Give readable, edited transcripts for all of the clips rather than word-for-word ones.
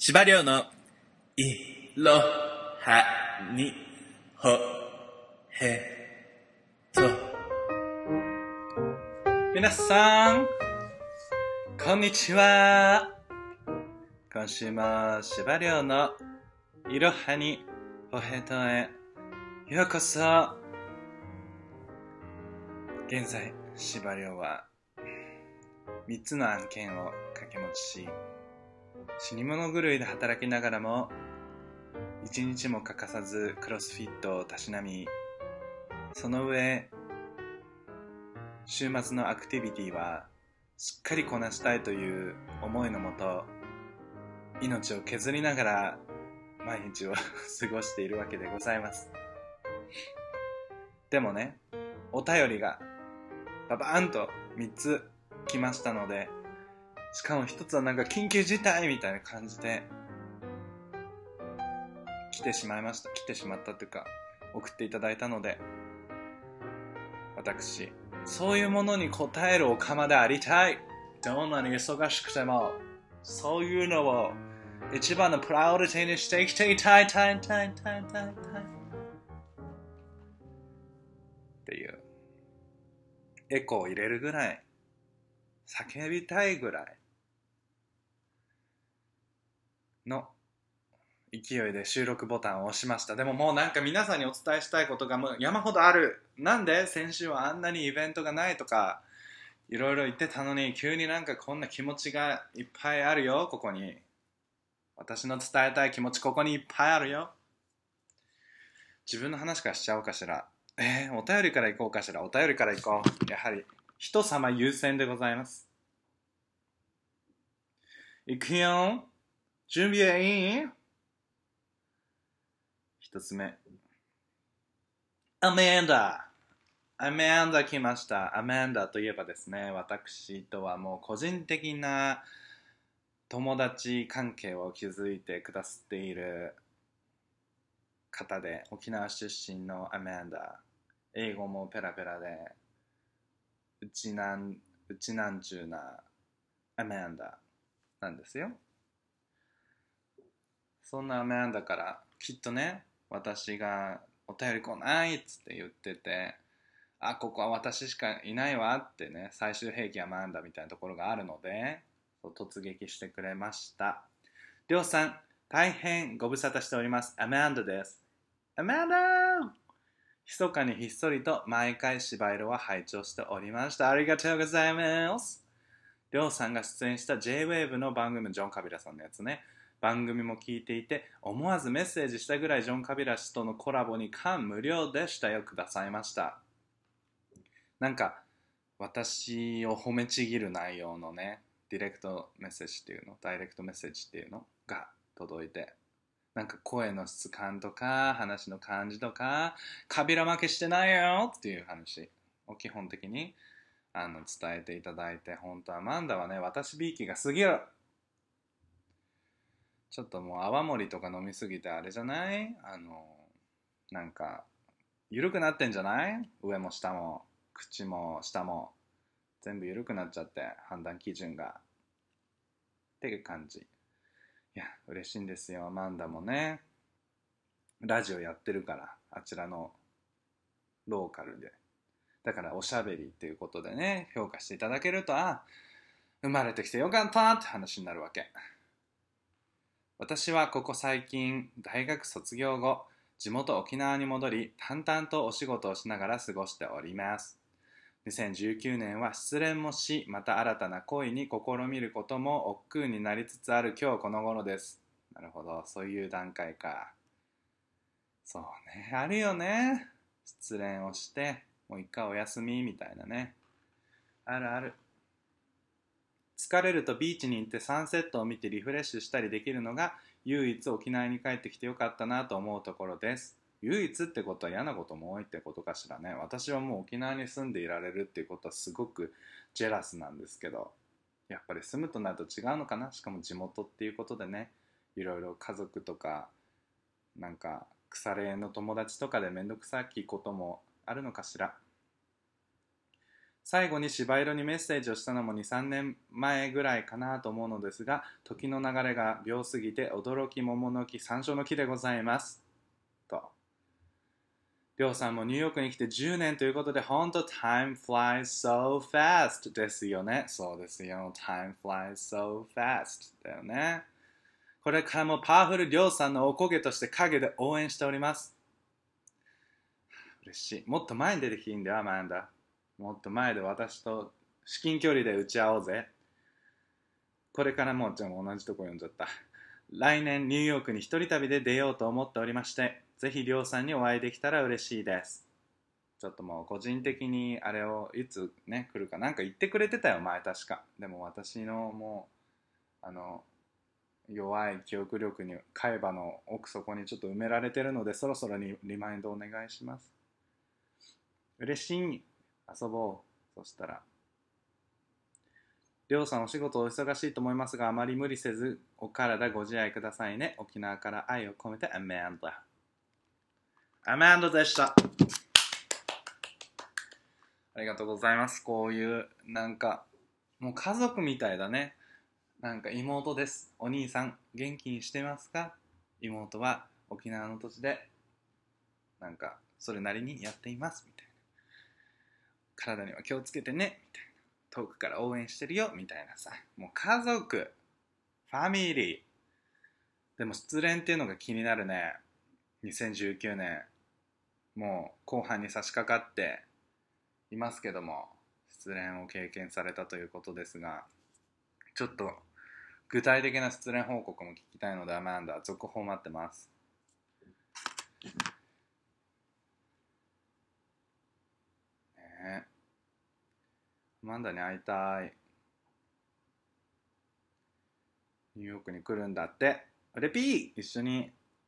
司馬遼のいろはにほへと。皆さんこんにちは。今週も司馬遼のいろはにほへとへようこそ。現在司馬遼は3つの案件を掛け持ちし、死に物狂いで働きながらも一日も欠かさずクロスフィットをたしなみ、その上週末のアクティビティはしっかりこなしたいという思いのもと、命を削りながら毎日を過ごしているわけでございます。でもね、お便りがババーンと3つ来ましたので、しかも1つはなんか緊急事態みたいな感じで来てしまったというか送っていただいたので、私そういうものに応えるお釜でありたい。どんなに忙しくてもそういうのを一番のプライオリティにして生きていたいっていうエコーを入れるぐらい、叫びたいぐらいの勢いで収録ボタンを押しました。でももうなんか皆さんにお伝えしたいことがもう山ほどある。なんで先週はあんなにイベントがないとかいろいろ言ってたのに、急になんかこんな気持ちがいっぱいあるよ。ここに私の伝えたい気持ちここにいっぱいあるよ。自分の話からしちゃおうかしら。お便りからいこうかしら。お便りからいこう。やはり人様優先でございます。いくよ。準備はいい？一つ目、アマンダ来ました。アマンダといえばですね、私とはもう個人的な友達関係を築いてくださっている方で、沖縄出身のアマンダ。英語もペラペラでうちなんちゅうなアマンダなんですよ。そんなアマンダからきっとね、私がお便り来ないっつって言ってて、あ、ここは私しかいないわってね、最終兵器アマンダみたいなところがあるので、突撃してくれました。りょうさん、大変ご無沙汰しております。アマンダです。アマンダー、密かにひっそりと毎回芝居を拝聴しておりました。ありがとうございます。りょうさんが出演した J-Wave の番組、ジョン・カビラさんのやつね、番組も聞いていて、思わずメッセージしたぐらいジョン・カビラ氏とのコラボに感無量でしたよ。くださいました。なんか私を褒めちぎる内容のね、ダイレクトメッセージっていうのが届いて、なんか声の質感とか話の感じとか、カビラ負けしてないよっていう話を基本的に伝えていただいて、本当アマンダはね、私びいきが過ぎる。ちょっともう泡盛とか飲みすぎてあれじゃない？なんか緩くなってんじゃない？上も下も口も下も全部緩くなっちゃって、判断基準がっていう感じ。いや嬉しいんですよ。アマンダもねラジオやってるから、あちらのローカルで。だからおしゃべりっていうことでね、評価していただけると、生まれてきてよかったって話になるわけ。私はここ最近大学卒業後、地元沖縄に戻り、淡々とお仕事をしながら過ごしております。2019年は失恋もし、また新たな恋に試みることも億劫になりつつある今日この頃です。なるほど、そういう段階か。そうね、あるよね。失恋をしてもう一回お休みみたいなね、あるある。疲れるとビーチに行ってサンセットを見てリフレッシュしたりできるのが、唯一沖縄に帰ってきてよかったなと思うところです。唯一ってことは嫌なことも多いってことかしらね。私はもう沖縄に住んでいられるっていうことはすごくジェラスなんですけど、やっぱり住むとなると違うのかな。しかも地元っていうことでね、いろいろ家族とかなんか腐れの友達とかでめんどくさきこともあるのかしら。 最後に柴色にメッセージをしたのも2、3年前ぐらいかなと思うのですが、時の流れが秒すぎて驚き桃の木山椒の木でございますと。りょうさんもニューヨークに来て10年ということで、本当 Time flies so fast ですよね。そうですよ。Time flies so fast だよね。これからもパワフルりょうさんのおこげとして陰で応援しております。嬉しい。もっと前に出てきていいんだよ、アマンダ。もっと前で私と至近距離で打ち合おうぜ。これからもう、じゃあ同じとこ読んじゃった。来年ニューヨークに一人旅で出ようと思っておりまして、ぜひりょうさんにお会いできたら嬉しいです。ちょっともう個人的にあれをいつね来るかなんか言ってくれてたよ前確か。でも私のもう弱い記憶力に海馬の奥底にちょっと埋められてるので、そろそろにリマインドお願いします。嬉しい。遊ぼう。そしたらりょうさんお仕事お忙しいと思いますが、あまり無理せずお体ご自愛くださいね。沖縄から愛を込めてアマンダ。アマンダでした。ありがとうございます。こういうなんかもう家族みたいだね。なんか妹です。お兄さん元気にしてますか？妹は沖縄の土地でなんかそれなりにやっていますみたいな。体には気をつけてねみたいな。遠くから応援してるよみたいなさ。もう家族、ファミリー。でも失恋っていうのが気になるね。2019年もう後半に差し掛かっていますけども、失恋を経験されたということですが、ちょっと具体的な失恋報告も聞きたいので、アマンダ続報待ってます。ね、アマンダに会いたい。ニューヨークに来るんだって。レピー一緒に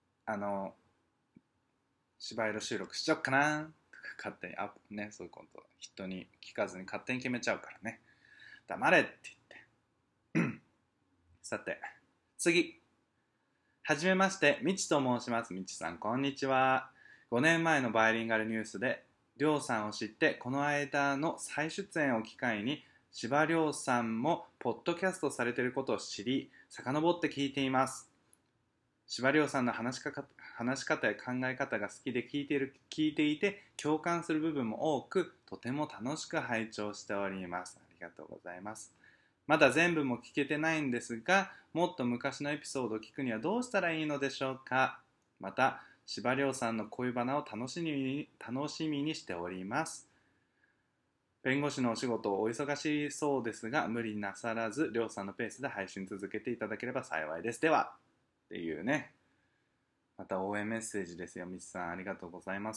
芝居の収録しちゃおっかな。勝手にね、そういうこと人に聞かずに勝手に決めちゃうからね。黙れって言って。さて次、はじめまして、みちと申します。みちさんこんにちは。5年前のバイリンガルニュースでりょうさんを知って、この間の再出演を機会に柴涼さんもポッドキャストされていることを知り、遡って聞いています。柴涼さんの話し方や考え方が好きで聞いていて共感する部分も多く、とても楽しく拝聴しております。ありがとうございます。まだ全部も聞けてないんですが、もっと昔のエピソードを聞くにはどうしたらいいのでしょうか。また柴涼さんの恋バナを楽しみにしております。弁護士のお仕事お忙しそうですが、無理なさらず涼さんのペースで配信続けていただければ幸いです。ではっていうね、また応援メッセージですよ。みちさんありがとうございます。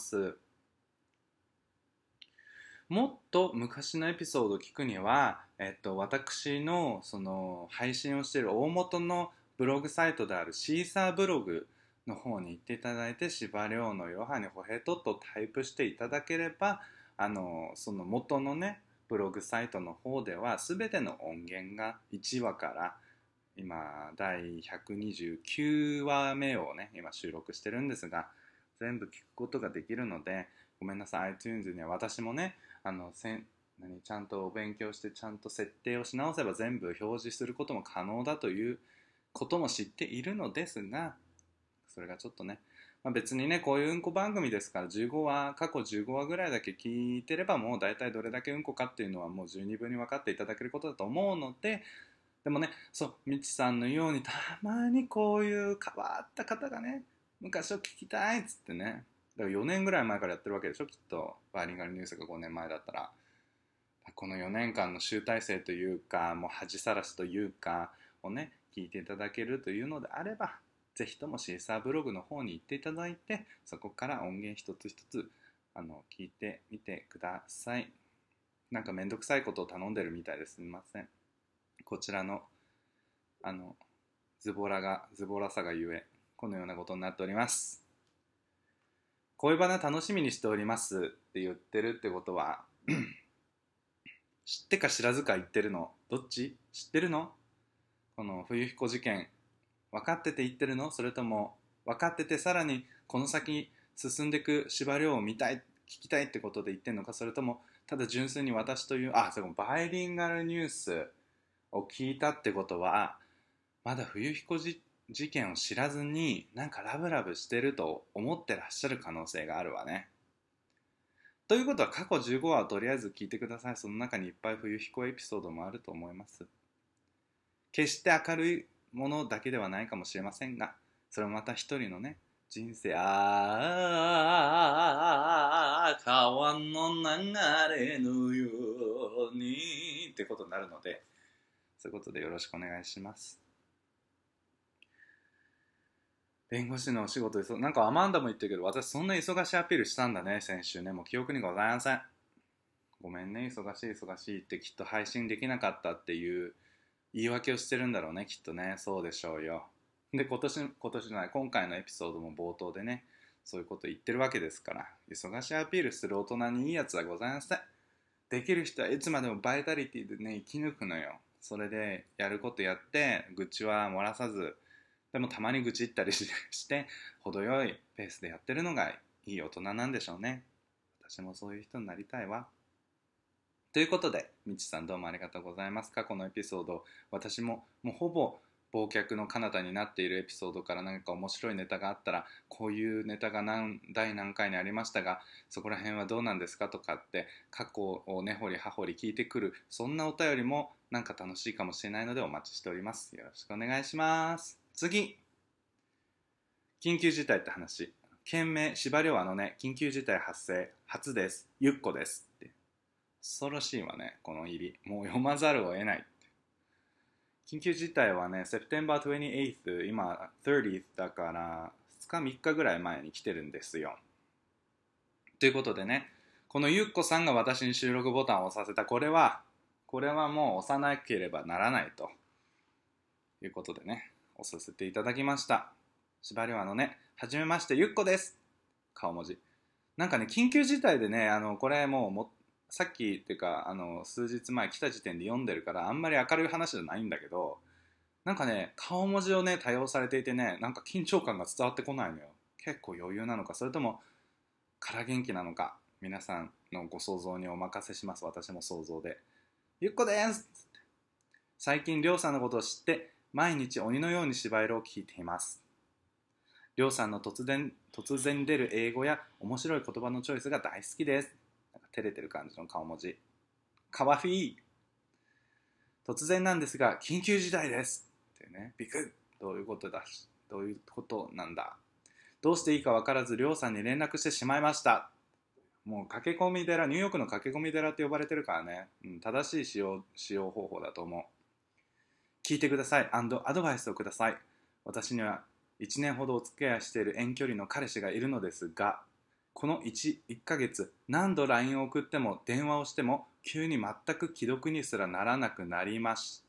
もっと昔のエピソードを聞くには、私のその配信をしている大元のブログサイトであるシーサーブログの方に行っていただいて、柴涼のヨハネホヘトとタイプしていただければ、その元のねブログサイトの方では全ての音源が1話から今第129話目をね今収録してるんですが、全部聞くことができるので、ごめんなさい iTunes には私もねちゃんとお勉強してちゃんと設定をし直せば全部表示することも可能だということも知っているのですが、それがちょっとね、別にねこういううんこ番組ですから、過去15話ぐらいだけ聞いてればもう大体どれだけうんこかっていうのはもう十二分に分かっていただけることだと思うので、でもね、そうみちさんのようにたまにこういう変わった方がね、昔を聞きたいっつってね、だから4年ぐらい前からやってるわけでしょきっと。バイリンガルニュースが5年前だったら、この4年間の集大成というか、もう恥さらしというかをね聞いていただけるというのであれば、ぜひともシーサーブログの方に行っていただいて、そこから音源一つ一つ聞いてみてください。なんかめんどくさいことを頼んでるみたいですみません。こちらのズボラさがゆえこのようなことになっております。恋バナ楽しみにしておりますって言ってるってことは知ってか知らずか言ってるのどっち？知ってるの？この冬彦事件分かってて言ってるの？それとも分かっててさらにこの先進んでいく司馬遼を見たい聞きたいってことで言ってるのか、それともただ純粋に私という、そのバイリンガルニュースを聞いたってことは、まだ冬彦事件を知らずになんかラブラブしてると思ってらっしゃる可能性があるわね。ということは過去15話をとりあえず聞いてください。その中にいっぱい冬彦エピソードもあると思います。決して明るいものだけではないかもしれませんが、それもまた一人のね、人生、川の流れのようにってことになるので、そういうことでよろしくお願いします。弁護士のお仕事で、なんかアマンダも言ってるけど、私そんな忙しいアピールしたんだね、先週ね。もう記憶にございません。ごめんね、忙しい忙しいってきっと配信できなかったっていう言い訳をしてるんだろうね、きっとね。そうでしょうよ。で、今年じゃない、今回のエピソードも冒頭でね、そういうこと言ってるわけですから、忙しいアピールする大人にいいやつはございません。できる人はいつまでもバイタリティでね、生き抜くのよ。それでやることやって、愚痴は漏らさず、でもたまに愚痴ったりして程よいペースでやってるのがいい大人なんでしょうね。私もそういう人になりたいわ。ということで、みちさんどうもありがとうございます。過去のエピソード、私ももうほぼ忘却の彼方になっているエピソードから何か面白いネタがあったら、こういうネタが第何回にありましたが、そこら辺はどうなんですかとかって過去を根掘り葉掘り聞いてくる、そんなお便りもなんか楽しいかもしれないのでお待ちしております。よろしくお願いします。次、緊急事態って話。件名司馬遼ね、緊急事態発生初です、ゆっこですって。恐ろしいわね、この入り。もう読まざるを得ない。緊急事態はね、September 28th、今 30th だから2日3日ぐらい前に来てるんですよ。ということでね、このゆっこさんが私に収録ボタンを押させたこれはもう押さなければならないということでね、押させていただきました。司馬遼ね、はじめましてゆっこです。顔文字。なんかね、緊急事態でね、これもうさっきっていうか数日前来た時点で読んでるからあんまり明るい話じゃないんだけど、なんかね顔文字をね多用されていてね、なんか緊張感が伝わってこないのよ。結構余裕なのか、それとも空元気なのか、皆さんのご想像にお任せします。私も想像で。ゆっこです最近りょうさんのことを知って毎日鬼のように芝居を聞いています。りょうさんの突然出る英語や面白い言葉のチョイスが大好きです。なんか照れてる感じの顔文字。かわいい。突然なんですが緊急事態ですってね、びっくり。どういうことなんだ。どうしていいか分からずりょうさんに連絡してしまいました。もう駆け込み寺、ニューヨークの駆け込み寺って呼ばれてるからね、正しい使用方法だと思う。聞いてください。アドバイスをください。私には1年ほどお付き合いしている遠距離の彼氏がいるのですが、この1ヶ月何度 LINE を送っても電話をしても急に全く既読にすらならなくなりました。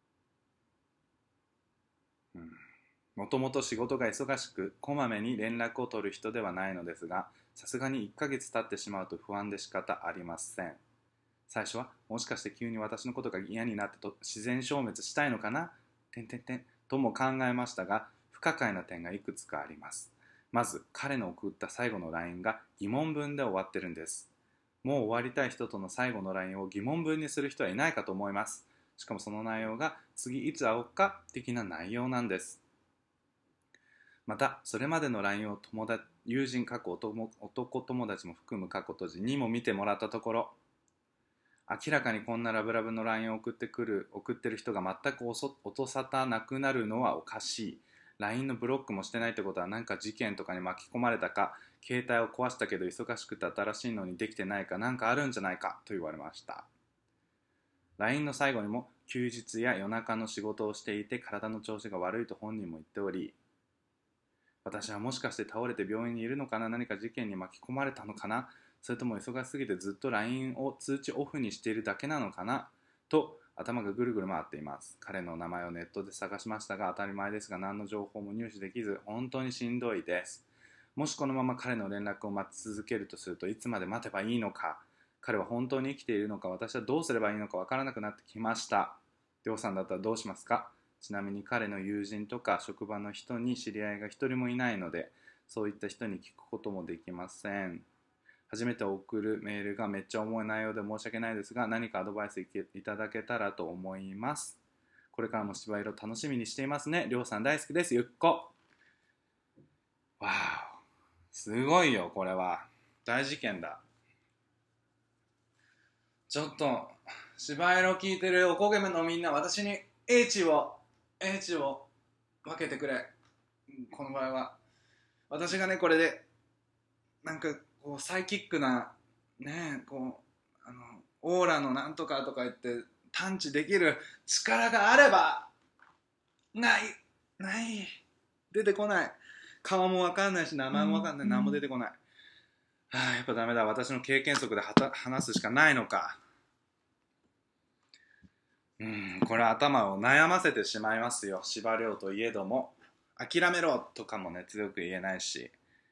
もともと仕事が忙しくこまめに連絡を取る人ではないのですが、さすがに1ヶ月経ってしまうと不安で仕方ありません。最初はもしかして急に私のことが嫌になってと自然消滅したいのかなとも考えましたが、不可解な点がいくつかあります。まず彼の送った最後の LINE が疑問文で終わってるんです。もう終わりたい人との最後の LINE を疑問文にする人はいないかと思います。しかもその内容が次いつ会おうか的な内容なんです。またそれまでの LINE を友人男友達も含む過去閉じにも見てもらったところ、明らかにこんなラブラブの LINE を送ってる人が全く音沙汰なくなるのはおかしい。 LINE のブロックもしてないってことは何か事件とかに巻き込まれたか、携帯を壊したけど忙しくて新しいのにできてないか、何かあるんじゃないかと言われました。 LINE の最後にも休日や夜中の仕事をしていて体の調子が悪いと本人も言っており、私はもしかして倒れて病院にいるのかな、何か事件に巻き込まれたのかな、それとも忙しすぎてずっと LINE を通知オフにしているだけなのかなと頭がぐるぐる回っています。彼の名前をネットで探しましたが当たり前ですが何の情報も入手できず本当にしんどいです。もしこのまま彼の連絡を待ち続けるとするといつまで待てばいいのか、彼は本当に生きているのか、私はどうすればいいのかわからなくなってきました。りょうさんだったらどうしますか？ちなみに彼の友人とか職場の人に知り合いが一人もいないので、そういった人に聞くこともできません。 初めて送るメールがめっちゃ重い内容で申し訳ないですが、何かアドバイスいただけたらと思います。これからも芝居を楽しみにしていますね。りょうさん大好きです。ゆっこ。わー、すごいよ、これは。大事件だ。ちょっと、芝居を聞いてるおこげのみんな、私に英知を分けてくれ。この場合は。私がね、これで、なんか、こう、サイキックな、ね、こう、オーラのなんとかとか言って、探知できる力があれば、ない、ない、出てこない。顔もわかんないし、名前もわかんない、何も出てこない。はあ、やっぱダメだ。私の経験則で話すしかないのか。これ頭を悩ませてしまいますよ。司馬遼といえども。諦めろとかもね、強く言えないし。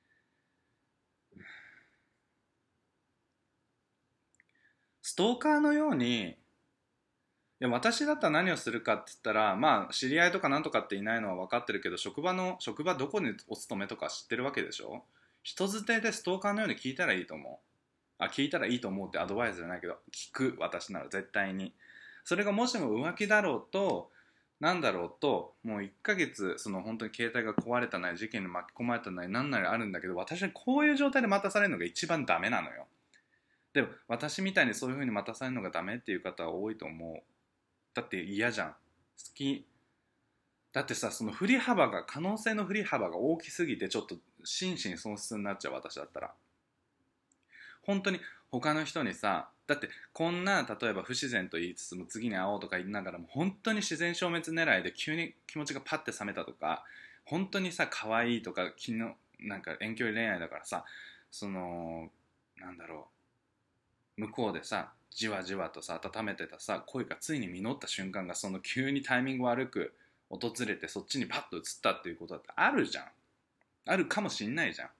ストーカーのように、いや私だったら何をするかって言ったら、まあ知り合いとかなんとかっていないのは分かってるけど、職場どこにお勤めとか知ってるわけでしょ。人づてでストーカーのように聞いたらいいと思う。聞いたらいいと思うってアドバイスじゃないけど、聞く、私なら絶対に。それがもしも浮気だろうと、なんだろうと、もう1ヶ月、その本当に携帯が壊れたなり、事件に巻き込まれたなり、なんなりあるんだけど、私はこういう状態で待たされるのが一番ダメなのよ。でも、私みたいにそういう風に待たされるのがダメっていう方は多いと思う。だって嫌じゃん。好き。だってさ、その可能性の振り幅が大きすぎて、ちょっと心身喪失になっちゃう、私だったら。本当に他の人にさ、だってこんな例えば不自然と言いつつも次に会おうとか言いながらも本当に自然消滅狙いで急に気持ちがパッて冷めたとか、本当にさ可愛いとか昨日なんか遠距離恋愛だからさ、そのなんだろ向こうでさじわじわとさ温めてたさ恋がついに実った瞬間がその急にタイミング悪く訪れてそっちにパッと移ったっていうことだってあるじゃん。あるかもしんないじゃん。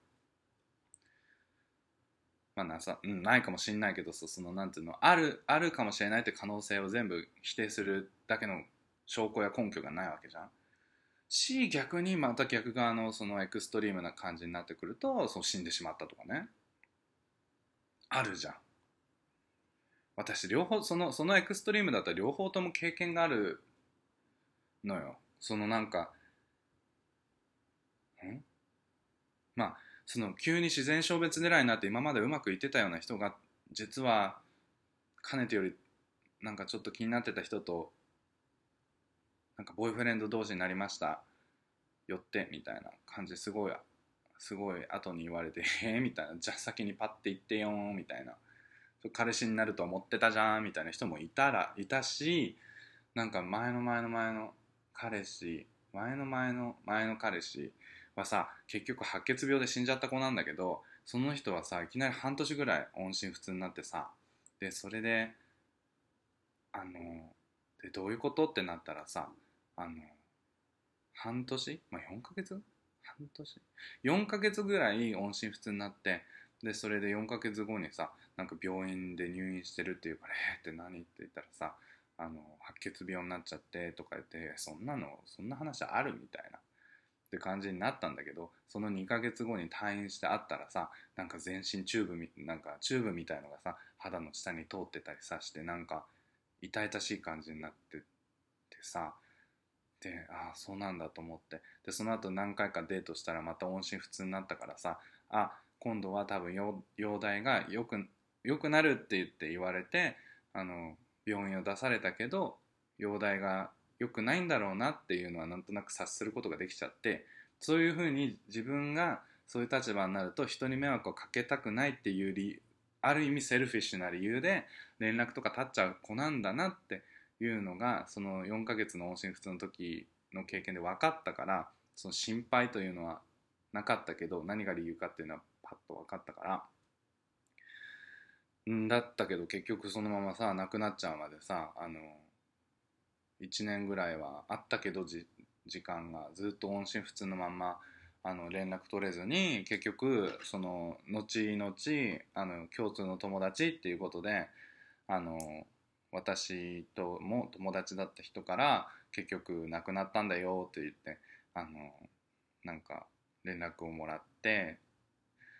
まあないかもしれないけどさ、そのなんていうの、あるかもしれないって可能性を全部否定するだけの証拠や根拠がないわけじゃん。逆にまた逆側のそのエクストリームな感じになってくると、そう死んでしまったとかね。あるじゃん。私両方、そのエクストリームだったら両方とも経験があるのよ。そのなんか、まあ、その急に自然消滅狙いになって今までうまくいってたような人が、実はかねてよりなんかちょっと気になってた人となんかボーイフレンド同士になりました寄ってみたいな感じですごい後に言われてみたいな、じゃあ先にパッて行ってよみたいな、彼氏になると思ってたじゃんみたいな人もいたし、なんか前の彼氏前の彼氏はさ結局白血病で死んじゃった子なんだけど、その人はさいきなり半年ぐらい音信不通になってさ、でそれでどういうことってなったらさ、あの半年、まあ、4ヶ月半年4ヶ月ぐらい音信不通になって、でそれで4ヶ月後にさなんか病院で入院してるっていうからって何って言ったらさ、白血病になっちゃってとか言って、そんな話あるみたいなって感じになったんだけど、その2ヶ月後に退院して会ったらさ、なんか全身なんかチューブみたいのがさ肌の下に通ってたりさして、なんか痛々しい感じになっててさ、でそうなんだと思って、でその後何回かデートしたらまた音信不通になったからさ、今度は多分容体がよくなるって言われて、病院を出されたけど容体が良くないんだろうなっていうのはなんとなく察することができちゃって、そういうふうに自分がそういう立場になると人に迷惑をかけたくないっていうある意味セルフィッシュな理由で連絡とか取っちゃう子なんだなっていうのが、その4ヶ月の音信不通の時の経験で分かったから、その心配というのはなかったけど何が理由かっていうのはパッと分かったから、だったけど結局そのままさ亡くなっちゃうまでさ、1年ぐらいはあったけど時間がずっと音信不通のまんま連絡取れずに、結局その後々共通の友達っていうことであの私とも友達だった人から結局亡くなったんだよって言ってなんか連絡をもらって、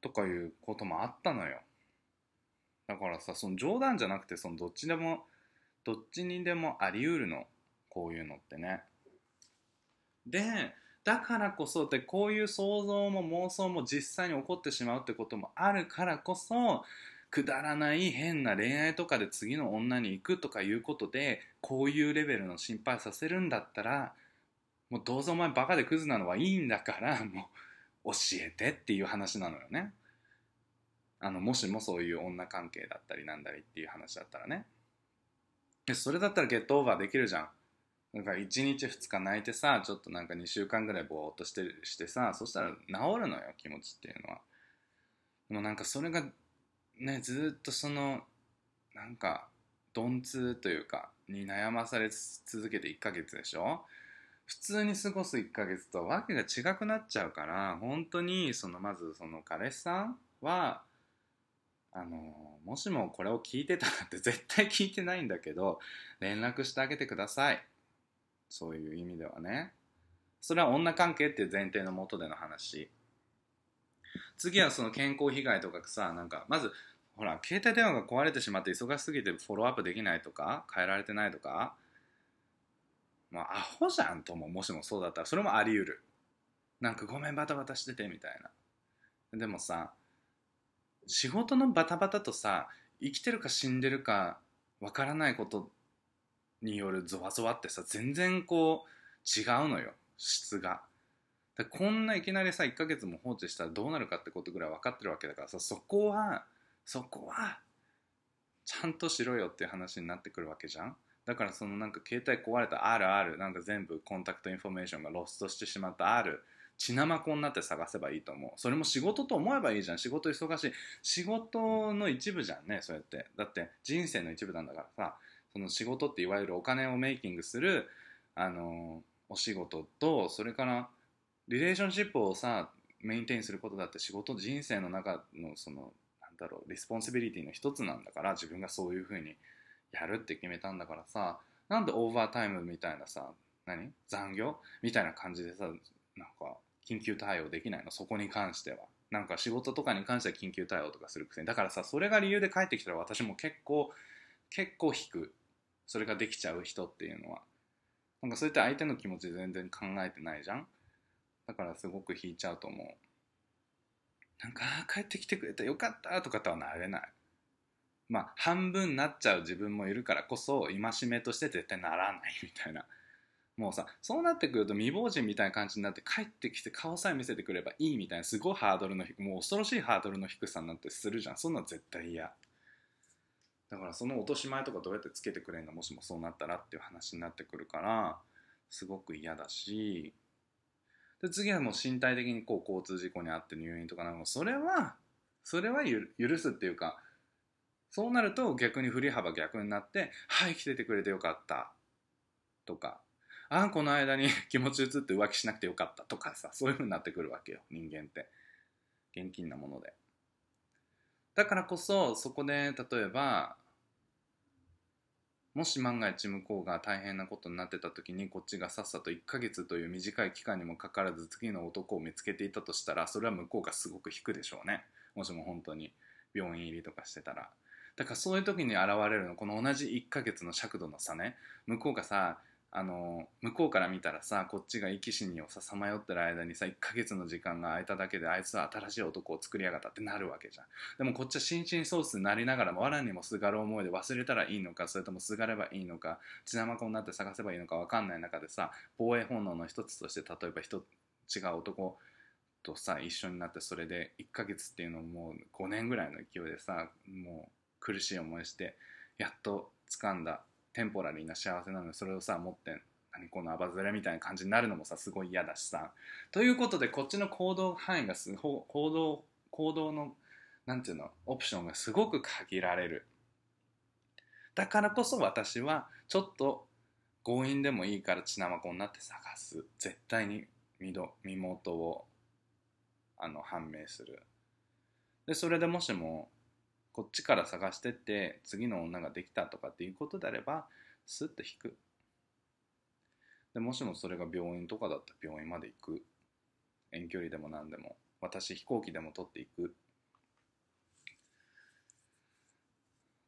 とかいうこともあったのよ。だからさ、その冗談じゃなくて、そのどっちにでもあり得るの、こういうのってね。で、だからこそで、こういう想像も妄想も実際に起こってしまうってこともあるからこそ、くだらない変な恋愛とかで次の女に行くとかいうことで、こういうレベルの心配させるんだったら、もうどうぞお前バカでクズなのはいいんだから、もう教えてっていう話なのよね。もしもそういう女関係だったりなんだりっていう話だったらね。でそれだったらゲットオーバーできるじゃん。なんか1日2日泣いてさ、ちょっとなんか2週間ぐらいぼーっとしてさ、そしたら治るのよ、気持ちっていうのは。でもなんかそれがね、ずっとなんか鈍痛というかに悩まされ続けて1ヶ月でしょ。普通に過ごす1ヶ月とわけが違くなっちゃうから、本当にまずその彼氏さんはもしもこれを聞いてたらって絶対聞いてないんだけど、連絡してあげてください。そういう意味ではね。それは女関係っていう前提のもとでの話。次はその健康被害とかさ、なんかまずほら携帯電話が壊れてしまって忙しすぎてフォローアップできないとか変えられてないとか、まあアホじゃんとも、もしもそうだったらそれもあり得る。なんかごめんバタバタしててみたいな。でもさ、仕事のバタバタとさ、生きてるか死んでるかわからないことによるゾワゾワってさ、全然こう違うのよ、質が。こんないきなりさ1ヶ月も放置したらどうなるかってことぐらい分かってるわけだからさ、そこはちゃんとしろよっていう話になってくるわけじゃん。だからなんか携帯壊れたあるなんか全部コンタクトインフォメーションがロストしてしまった血生子になって探せばいいと思う。それも仕事と思えばいいじゃん。仕事忙しい、仕事の一部じゃんね、そうやって。だって人生の一部なんだからさ、その仕事っていわゆるお金をメイキングするお仕事と、それからリレーションシップをさメインテインすることだって仕事人生の中のなんだろうリスポンシビリティの一つなんだから、自分がそういう風にやるって決めたんだからさ、なんでオーバータイムみたいなさ、残業みたいな感じでさ、なんか緊急対応できないの、そこに関しては。なんか仕事とかに関しては緊急対応とかするくせに。だからさ、それが理由で帰ってきたら私も結構引く。それができちゃう人っていうのは、なんかそうやって相手の気持ち全然考えてないじゃん。だからすごく引いちゃうと思う。なんか帰ってきてくれたよかったとかとはなれない。まあ半分なっちゃう自分もいるからこそ戒めとして絶対ならないみたいな。もうさ、そうなってくると未亡人みたいな感じになって、帰ってきて顔さえ見せてくればいいみたいな、すごいハードルのもう恐ろしいハードルの低さになってするじゃん。そんなの絶対嫌だから、その落とし前とかどうやってつけてくれんの、もしもそうなったらっていう話になってくるから、すごく嫌だし。で次はもう身体的にこう交通事故に遭って入院とかなんか、それは許すっていうか、そうなると逆に振り幅逆になって、はい来ててくれてよかったとか、ああこの間に気持ち移って浮気しなくてよかったとかさ、そういう風になってくるわけよ、人間って現金なもので。だからこそそこで例えば、もし万が一向こうが大変なことになってた時に、こっちがさっさと1ヶ月という短い期間にもかかわらず次の男を見つけていたとしたら、それは向こうがすごく引くでしょうね。もしも本当に病院入りとかしてたら。だからそういう時に現れるの、この同じ1ヶ月の尺度の差ね。向こうがさ、向こうから見たらさ、こっちが生き死にをさまよってる間にさ、1ヶ月の時間が空いただけであいつは新しい男を作り上がったってなるわけじゃん。でもこっちは心神喪失になりながらも、藁にもすがる思いで忘れたらいいのか、それともすがればいいのか、血ま子になって探せばいいのか分かんない中でさ、防衛本能の一つとして、例えば違う男とさ一緒になって、それで1ヶ月っていうのをもう5年ぐらいの勢いでさ、もう苦しい思いしてやっと掴んだテンポラリーな幸せなのに、それをさ持って何このアバズレみたいな感じになるのもさ、すごい嫌だしさ。ということでこっちの行動範囲が行動のなんていうのオプションがすごく限られる。だからこそ私はちょっと強引でもいいから血生子になって探す。絶対に身元を判明する。でそれでもしもこっちから探してって次の女ができたとかっていうことであれば、スッと引く。でもしもそれが病院とかだったら病院まで行く。遠距離でも何でも、私飛行機でも取っていく。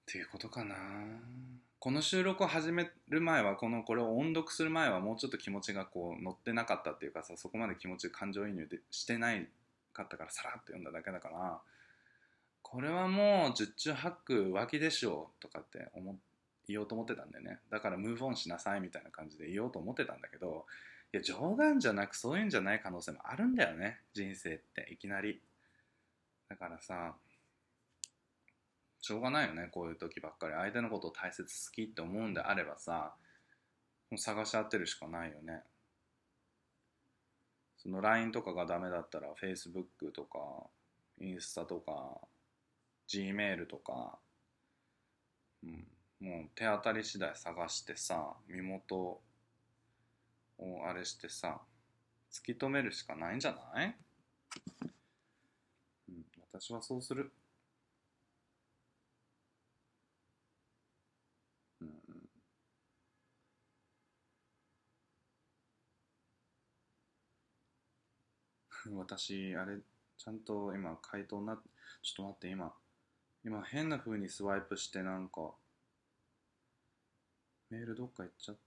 ていうことかな。この収録を始める前はこれを音読する前はもうちょっと気持ちがこう乗ってなかったっていうかさ、そこまで気持ち感情移入でしてないかったからさらっと読んだだけだから、これはもう十中八九浮気でしょとかって言おうと思ってたんだよね。だからムーブオンしなさいみたいな感じで言おうと思ってたんだけど、いや冗談じゃなくそういうんじゃない可能性もあるんだよね、人生っていきなり。だからさ、しょうがないよね、こういう時ばっかり相手のことを大切好きって思うんであればさ、もう探し当てるしかないよね。その LINE とかがダメだったら Facebook とかインスタとか Gmail とか、うん、もう手当たり次第探してさ、身元をあれしてさ、突き止めるしかないんじゃない？うん、私はそうする。うんうん、私あれちゃんと今回答な、ちょっと待って、今変な風にスワイプしてなんかメールどっか行っちゃった。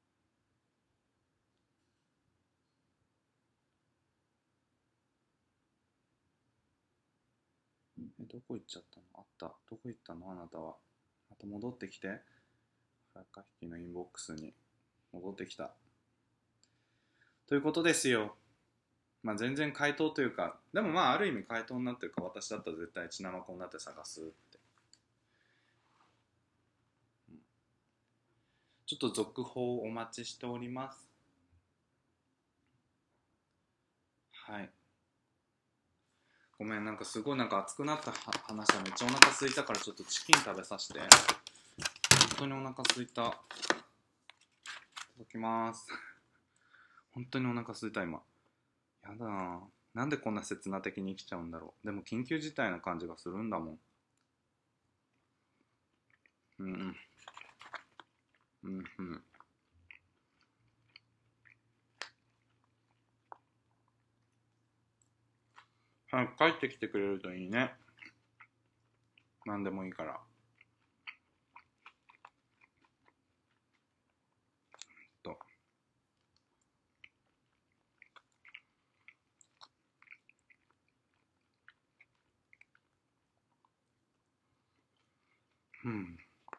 どこ行っちゃったの？あった。どこ行ったのあなたは。また戻ってきて。早川引きのインボックスに戻ってきた。ということですよ。まあ全然回答というか、でもまあある意味回答になってるか、私だったら絶対血生子になって探すって。ちょっと続報お待ちしております。はい。ごめん、なんかすごいなんか熱くなった話はめっちゃお腹空いたからちょっとチキン食べさせて。本当にお腹空いた。いただきます。本当にお腹空いた今。やだな。なんでこんな刹那的に生きちゃうんだろう。でも緊急事態な感じがするんだもん。うんうんうんうん。早く帰ってきてくれるといいね。なんでもいいから。と。うん。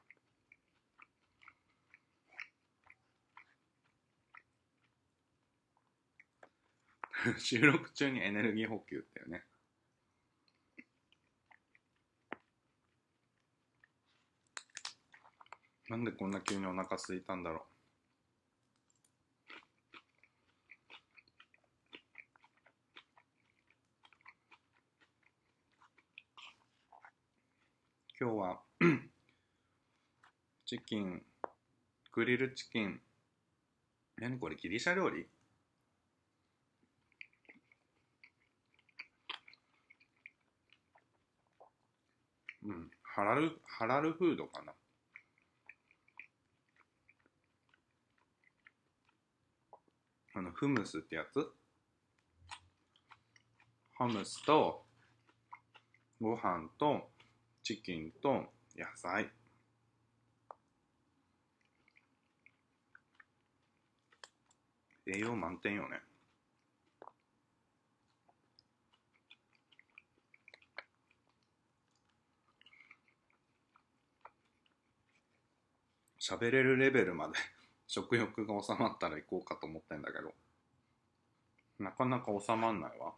収録中にエネルギー補給っていうね。なんでこんな急にお腹空いたんだろう。今日はチキン、グリルチキン。何これ、ギリシャ料理？うん。ハラルフードかな。フムスってやつ？ハムスとご飯とチキンと野菜。栄養満点よね。喋れるレベルまで食欲が収まったら行こうかと思ってんだけど、なかなか収まんないわ。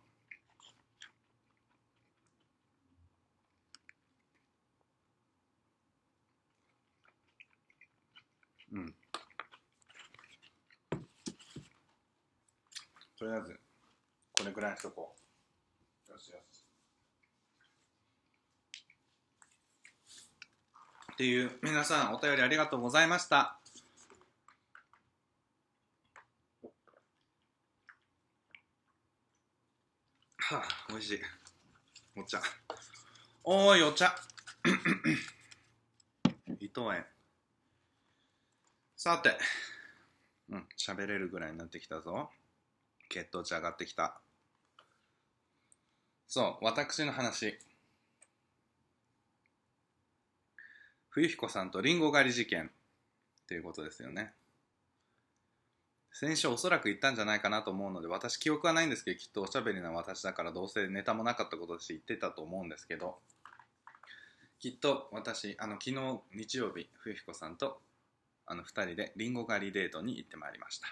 うん。とりあえず、これぐらいにしとこう。よしよし。っていう、皆さんお便りありがとうございました。はあ、美味しい。お茶。おーい、お茶。伊藤園。さて、うん、喋れるぐらいになってきたぞ。血糖値上がってきた。そう、私の話。 冬彦さんとリンゴ狩り事件っていうことですよね。先週おそらく言ったんじゃないかなと思うので、私記憶はないんですけど、きっとおしゃべりな私だからどうせネタもなかったことだし言ってたと思うんですけど、きっと私昨日日曜日冬彦さんと2人でリンゴ狩りデートに行ってまいりました。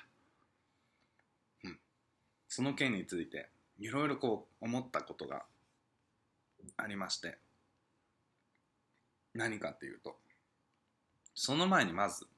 その件についていろいろこう思ったことがありまして、何かっていうと、その前にまず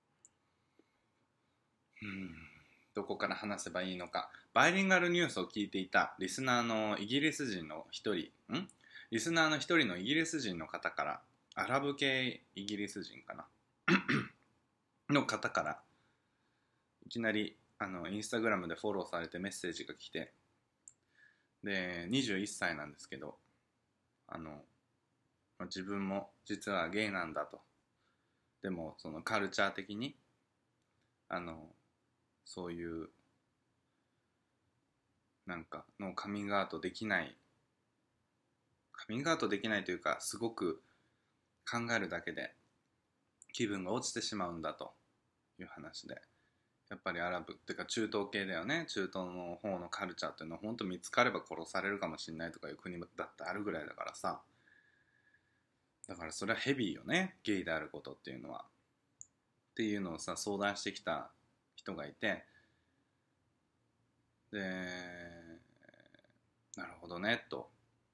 どこから話せばいいのか。バイリンガルニュースを聞いていたリスナーのイギリス人の一人リスナーの一人のイギリス人の方から、アラブ系イギリス人かなの方からいきなりインスタグラムでフォローされてメッセージが来て、で21歳なんですけど、自分も実はゲイなんだと。でもそのカルチャー的にそういうなんかのカミングアウトできないというか、すごく考えるだけで気分が落ちてしまうんだという話で、やっぱりアラブっていうか中東系だよね。中東の方のカルチャーっていうのは本当見つかれば殺されるかもしれないとかいう国だってあるぐらいだからさ、だからそれはヘビーよね、ゲイであることっていうのはっていうのをさ相談してきた人がいて、でなるほどねと。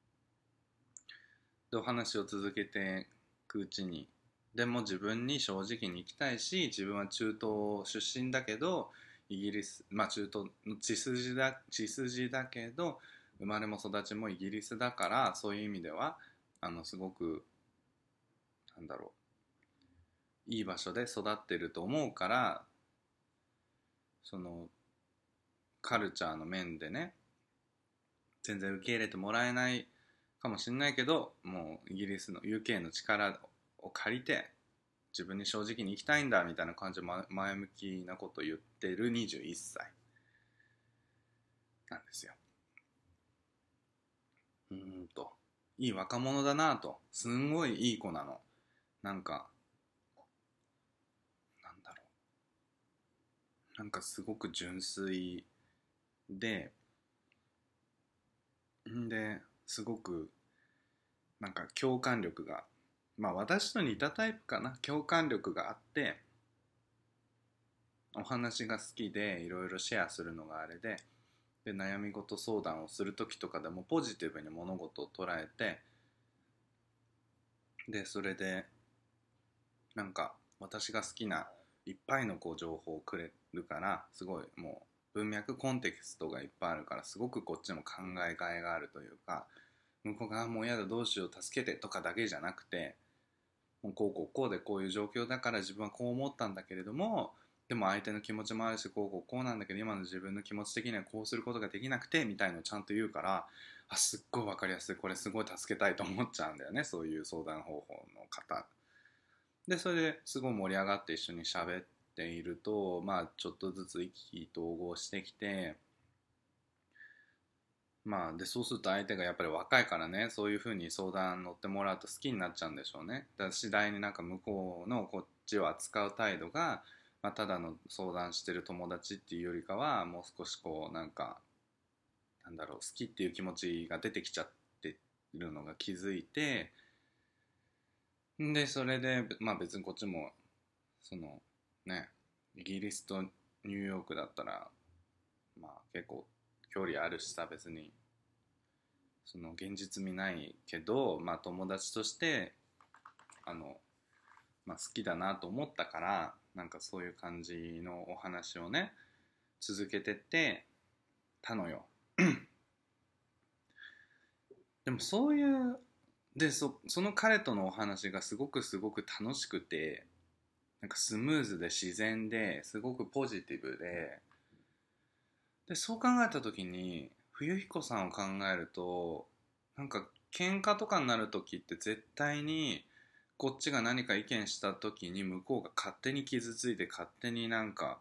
でお話を続けていくうちに、でも自分に正直に生きたいし、自分は中東出身だけどイギリス、中東の血筋だけど生まれも育ちもイギリスだから、そういう意味ではすごくなんだろう、いい場所で育ってると思うから、そのカルチャーの面でね全然受け入れてもらえないかもしれないけど、もうイギリスの UK の力を借りて自分に正直に生きたいんだみたいな感じで前向きなことを言ってる21歳なんですよ。いい若者だなと。すんごいいい子なの。なんかなんだろなんかすごく純粋ですごくなんか共感力が、私と似たタイプかな。共感力があって、お話が好きでいろいろシェアするのがあれで、悩み事相談をする時とかでもポジティブに物事を捉えて、でそれでなんか私が好きないっぱいのこう情報をくれるから、すごいもう文脈コンテキストがいっぱいあるから、すごくこっちも考えがいがあるというか、向こうがもうやだどうしよう助けてとかだけじゃなくて、もうこうこうこうでこういう状況だから自分はこう思ったんだけれども、でも相手の気持ちもあるし、こうこうこうなんだけど今の自分の気持ち的にはこうすることができなくてみたいのをちゃんと言うから、すっごい分かりやすい、これすごい助けたいと思っちゃうんだよね、そういう相談方法の方で。それですごい盛り上がって一緒に喋っていると、ちょっとずつ意気投合してきて、でそうすると相手がやっぱり若いからね、そういう風に相談乗ってもらうと好きになっちゃうんでしょうね。だから次第になんか向こうのこっちを扱う態度が、ただの相談してる友達っていうよりかは、もう少しこうなんかなんだろう、好きっていう気持ちが出てきちゃってるのが気づいて、でそれで別にこっちもそのね、イギリスとニューヨークだったら結構距離あるしさ、別にその現実味ないけど、友達として好きだなと思ったから、なんかそういう感じのお話をね続けてってたのよ。でもそういうその彼とのお話がすごくすごく楽しくて、なんかスムーズで自然ですごくポジティブで、そう考えた時に冬彦さんを考えると、なんか喧嘩とかになる時って絶対にこっちが何か意見した時に向こうが勝手に傷ついて勝手になんか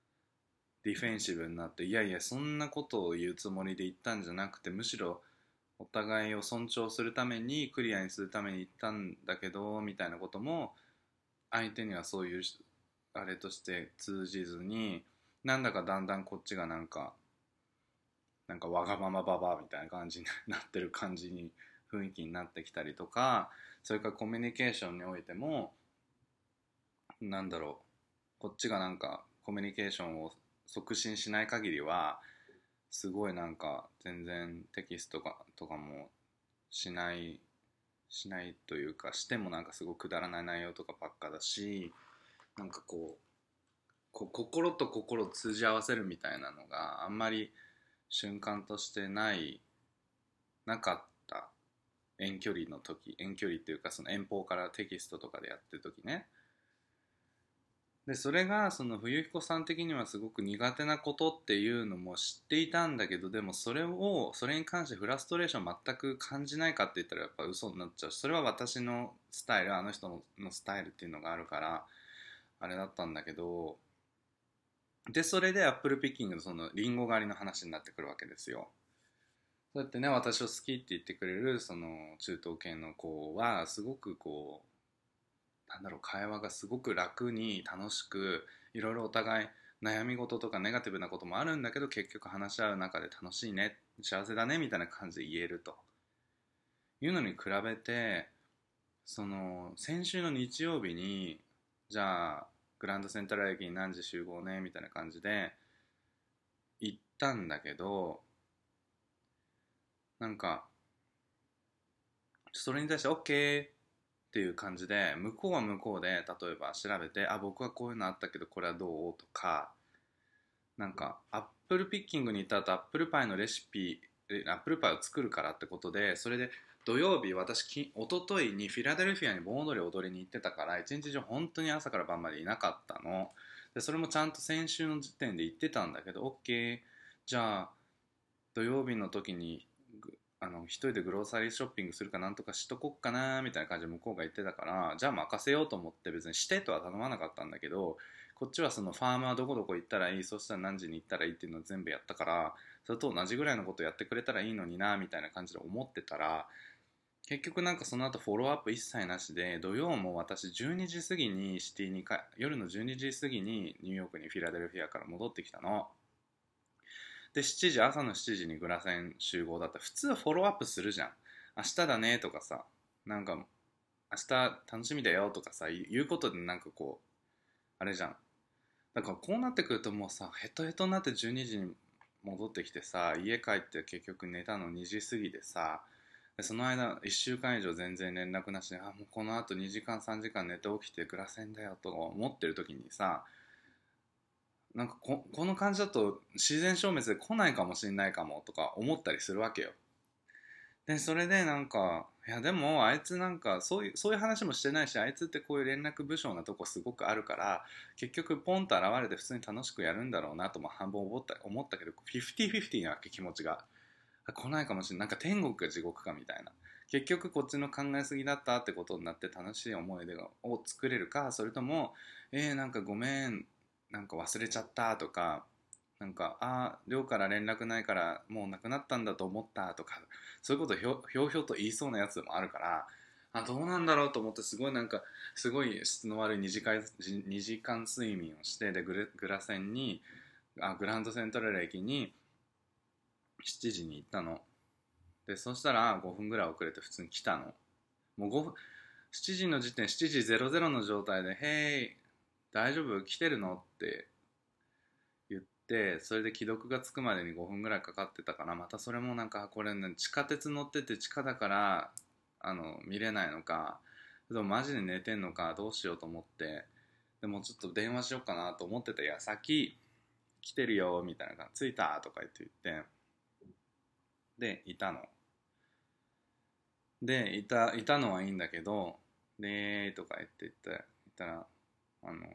ディフェンシブになって、いやいやそんなことを言うつもりで言ったんじゃなくて、むしろお互いを尊重するためにクリアにするために行ったんだけどみたいなことも相手にはそういうあれとして通じずに、なんだかだんだんこっちがなんかわがままババアみたいな感じになってる感じに雰囲気になってきたりとか、それからコミュニケーションにおいてもなんだろう、こっちがなんかコミュニケーションを促進しない限りはすごいなんか全然テキストとかもしないしないというか、してもなんかすごくくだらない内容とかばっかだし、なんか心と心を通じ合わせるみたいなのがあんまり瞬間としてなかった遠距離っていうかその遠方からテキストとかでやってる時ね。でそれがその冬彦さん的にはすごく苦手なことっていうのも知っていたんだけど、でもそれに関してフラストレーション全く感じないかって言ったらやっぱ嘘になっちゃうし、それは私のスタイル、あの人のスタイルっていうのがあるからあれだったんだけど、でそれでアップルピッキングのそのリンゴ狩りの話になってくるわけですよ。そうやってね、私を好きって言ってくれるその中東系の子はすごくなんだろう、会話がすごく楽に楽しく、いろいろお互い悩み事とかネガティブなこともあるんだけど結局話し合う中で楽しいね、幸せだねみたいな感じで言えるというのに比べて、その先週の日曜日にじゃあグランドセントラル駅に何時集合ねみたいな感じで行ったんだけど、なんかそれに対して OK っていう感じで、向こうは向こうで例えば調べて、あ、僕はこういうのあったけどこれはどうとか、なんかアップルピッキングに行った後アップルパイのレシピ、アップルパイを作るからってことで、それで土曜日一昨日にフィラデルフィアに盆踊りを踊りに行ってたから一日中本当に朝から晩までいなかったので、それもちゃんと先週の時点で言ってたんだけど OK、 じゃあ土曜日の時に一人でグローサリーショッピングするかなんとかしとこっかなみたいな感じで向こうが言ってたから、じゃあ任せようと思って別にしてとは頼まなかったんだけど、こっちはそのファームはどこどこ行ったらいい、そしたら何時に行ったらいいっていうのを全部やったから、それと同じぐらいのことやってくれたらいいのになみたいな感じで思ってたら、結局なんかその後フォローアップ一切なしで、土曜も私12時過ぎに夜の12時過ぎにニューヨークにフィラデルフィアから戻ってきたの。で朝の7時にグラセン集合だったら普通はフォローアップするじゃん。明日だねとかさ、なんか明日楽しみだよとかさ言うことでなんかあれじゃん。だからこうなってくるともうさ、ヘトヘトになって12時に戻ってきてさ、家帰って結局寝たの2時過ぎでさ、でその間1週間以上全然連絡なしで、もうこのあと2時間3時間寝て起きてグラセンだよとか思ってる時にさ、なんかこの感じだと自然消滅で来ないかもしれないかもとか思ったりするわけよ。でそれでなんか、いやでもあいつなんかそういう話もしてないし、あいつってこういう連絡不詳なとこすごくあるから、結局ポンと現れて普通に楽しくやるんだろうなとも半分思ったけど、50-50なわけ気持ちが。来ないかもしれない、なんか天国か地獄かみたいな、結局こっちの考えすぎだったってことになって楽しい思い出を作れるか、それともなんかごめん、なんか忘れちゃったとか、なんか寮から連絡ないからもうなくなったんだと思ったとか、そういうことをひょうひょうと言いそうなやつでもあるから、どうなんだろうと思って、すごい質の悪い2時間睡眠をして、でグラセンにグランドセントラル駅に7時に行ったの。でそしたら5分ぐらい遅れて普通に来たの。もう5分、7時の時点、7時00の状態で「へい大丈夫来てるの?」って言って、それで既読がつくまでに5分ぐらいかかってたから、またそれもなんかこれね、地下鉄乗ってて地下だから見れないのか、でもマジで寝てんのかどうしようと思って、でもちょっと電話しようかなと思ってた矢先、来てるよみたいな感じ、着いたとか言って、でいたの。でいたのはいいんだけど、でとか言ったら、あの